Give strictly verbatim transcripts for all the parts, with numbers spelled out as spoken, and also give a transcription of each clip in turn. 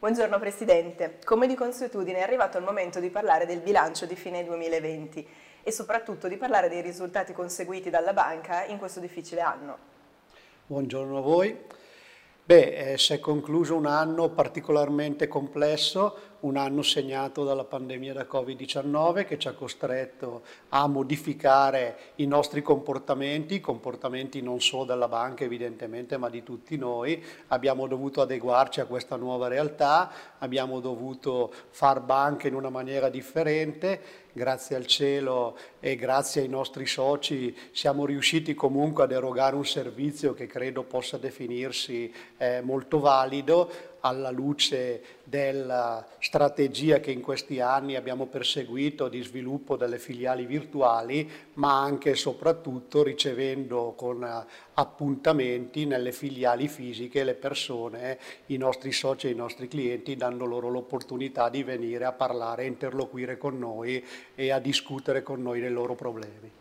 Buongiorno Presidente, come di consuetudine è arrivato il momento di parlare del bilancio di fine duemilaventi e soprattutto di parlare dei risultati conseguiti dalla banca in questo difficile anno. Buongiorno a voi. Beh, eh, si è concluso un anno particolarmente complesso, un anno segnato dalla pandemia da Covid diciannove che ci ha costretto a modificare i nostri comportamenti, comportamenti non solo della banca evidentemente, ma di tutti noi. Abbiamo dovuto adeguarci a questa nuova realtà, abbiamo dovuto far banca in una maniera differente. Grazie al cielo e grazie ai nostri soci siamo riusciti comunque ad erogare un servizio che credo possa definirsi eh, molto valido alla luce della strategia che in questi anni abbiamo perseguito di sviluppo delle filiali virtuali, ma anche e soprattutto ricevendo con appuntamenti nelle filiali fisiche le persone, i nostri soci e i nostri clienti, dando loro l'opportunità di venire a parlare, a interloquire con noi e a discutere con noi dei loro problemi.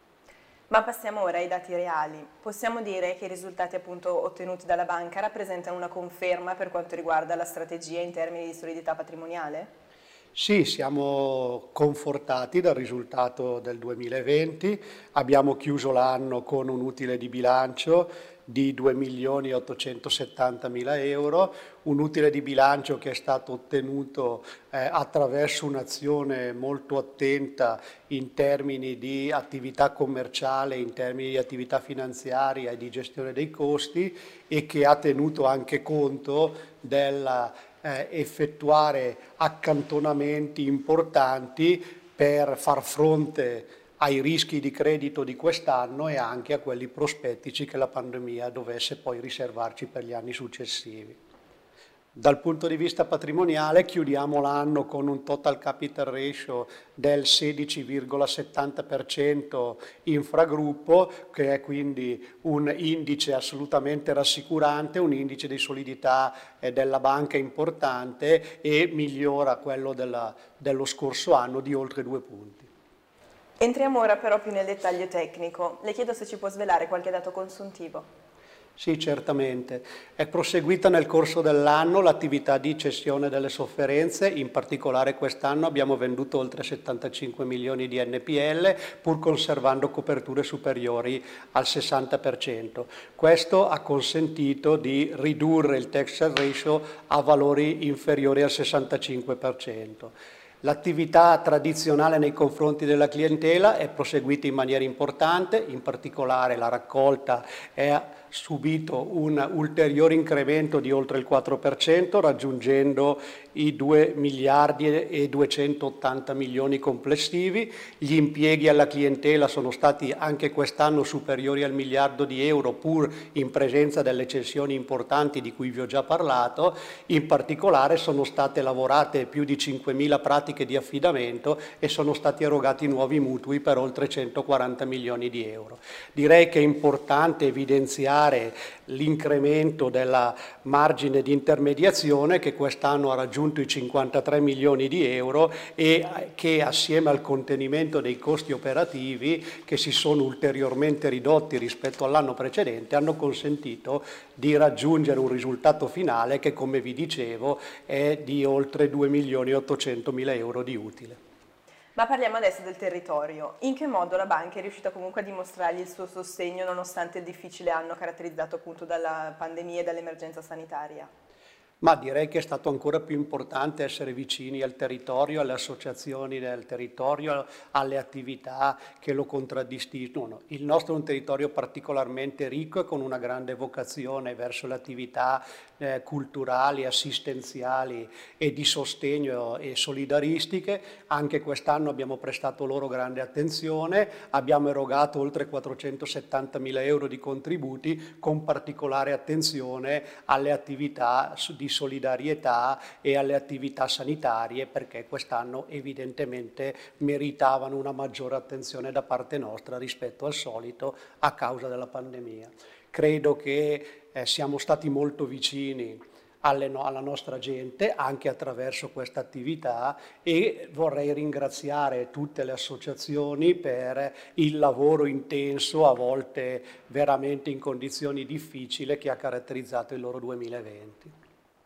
Ma passiamo ora ai dati reali. Possiamo dire che i risultati appunto ottenuti dalla banca rappresentano una conferma per quanto riguarda la strategia in termini di solidità patrimoniale? Sì, siamo confortati dal risultato del duemilaventi, abbiamo chiuso l'anno con un utile di bilancio di due milioni ottocentosettantamila euro, un utile di bilancio che è stato ottenuto eh, attraverso un'azione molto attenta in termini di attività commerciale, in termini di attività finanziaria e di gestione dei costi e che ha tenuto anche conto della Eh, effettuare accantonamenti importanti per far fronte ai rischi di credito di quest'anno e anche a quelli prospettici che la pandemia dovesse poi riservarci per gli anni successivi. Dal punto di vista patrimoniale chiudiamo l'anno con un total capital ratio del sedici virgola settanta per cento infragruppo, che è quindi un indice assolutamente rassicurante, un indice di solidità eh, della banca importante e migliora quello della, dello scorso anno di oltre due punti. Entriamo ora però più nel dettaglio tecnico. Le chiedo se ci può svelare qualche dato consuntivo. Sì, certamente. È proseguita nel corso dell'anno l'attività di cessione delle sofferenze, in particolare quest'anno abbiamo venduto oltre settantacinque milioni di N P L pur conservando coperture superiori al sessanta per cento. Questo ha consentito di ridurre il tax ratio a valori inferiori al sessantacinque per cento. L'attività tradizionale nei confronti della clientela è proseguita in maniera importante, in particolare la raccolta è subito un ulteriore incremento di oltre il quattro per cento, raggiungendo i due miliardi e duecentottanta milioni complessivi. Gli impieghi alla clientela sono stati anche quest'anno superiori al miliardo di euro, pur in presenza delle cessioni importanti di cui vi ho già parlato. In particolare sono state lavorate più di cinquemila pratiche di affidamento e sono stati erogati nuovi mutui per oltre centoquaranta milioni di euro. Direi che è importante evidenziare l'incremento della margine di intermediazione che quest'anno ha raggiunto i cinquantatré milioni di euro e che assieme al contenimento dei costi operativi che si sono ulteriormente ridotti rispetto all'anno precedente hanno consentito di raggiungere un risultato finale che, come vi dicevo, è di oltre due milioni ottocentomila euro di utile. Ma parliamo adesso del territorio. In che modo la banca è riuscita comunque a dimostrargli il suo sostegno nonostante il difficile anno caratterizzato appunto dalla pandemia e dall'emergenza sanitaria? Ma direi che è stato ancora più importante essere vicini al territorio, alle associazioni del territorio, alle attività che lo contraddistinguono. Il nostro è un territorio particolarmente ricco e con una grande vocazione verso le attività eh, culturali, assistenziali e di sostegno e solidaristiche. Anche quest'anno abbiamo prestato loro grande attenzione, abbiamo erogato oltre quattrocentosettantamila euro di contributi con particolare attenzione alle attività di solidarietà e alle attività sanitarie, perché quest'anno evidentemente meritavano una maggiore attenzione da parte nostra rispetto al solito a causa della pandemia. Credo che eh, siamo stati molto vicini alle no, alla nostra gente anche attraverso questa attività e vorrei ringraziare tutte le associazioni per il lavoro intenso, a volte veramente in condizioni difficili, che ha caratterizzato il loro duemilaventi.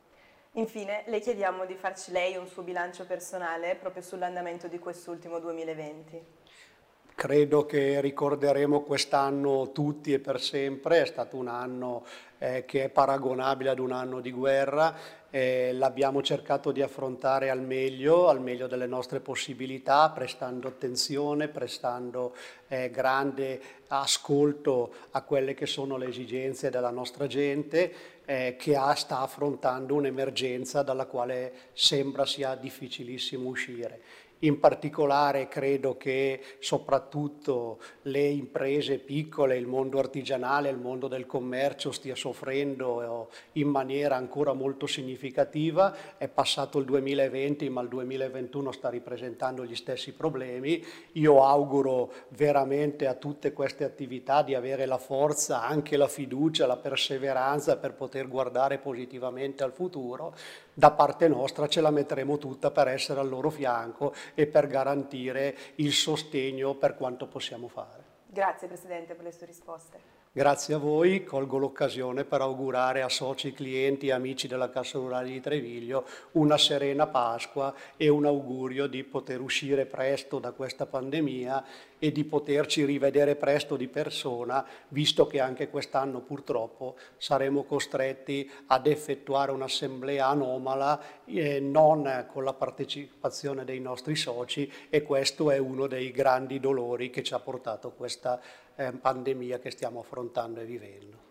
Infine, le chiediamo di farci lei un suo bilancio personale proprio sull'andamento di quest'ultimo duemilaventi. Credo che ricorderemo quest'anno tutti e per sempre, è stato un anno eh, che è paragonabile ad un anno di guerra, eh, l'abbiamo cercato di affrontare al meglio, al meglio delle nostre possibilità, prestando attenzione, prestando eh, grande ascolto a quelle che sono le esigenze della nostra gente, eh, che ha, sta affrontando un'emergenza dalla quale sembra sia difficilissimo uscire. In particolare credo che soprattutto le imprese piccole, il mondo artigianale, il mondo del commercio stia soffrendo in maniera ancora molto significativa. È passato il duemilaventi, ma il duemilaventuno sta ripresentando gli stessi problemi. Io auguro veramente a tutte queste attività di avere la forza, anche la fiducia, la perseveranza per poter guardare positivamente al futuro. Da parte nostra ce la metteremo tutta per essere al loro fianco e per garantire il sostegno per quanto possiamo fare. Grazie Presidente per le sue risposte. Grazie a voi, colgo l'occasione per augurare a soci, clienti e amici della Cassa Rurale di Treviglio una serena Pasqua e un augurio di poter uscire presto da questa pandemia e di poterci rivedere presto di persona, visto che anche quest'anno purtroppo saremo costretti ad effettuare un'assemblea anomala e non con la partecipazione dei nostri soci, e questo è uno dei grandi dolori che ci ha portato questa eh, pandemia che stiamo affrontando e vivendo.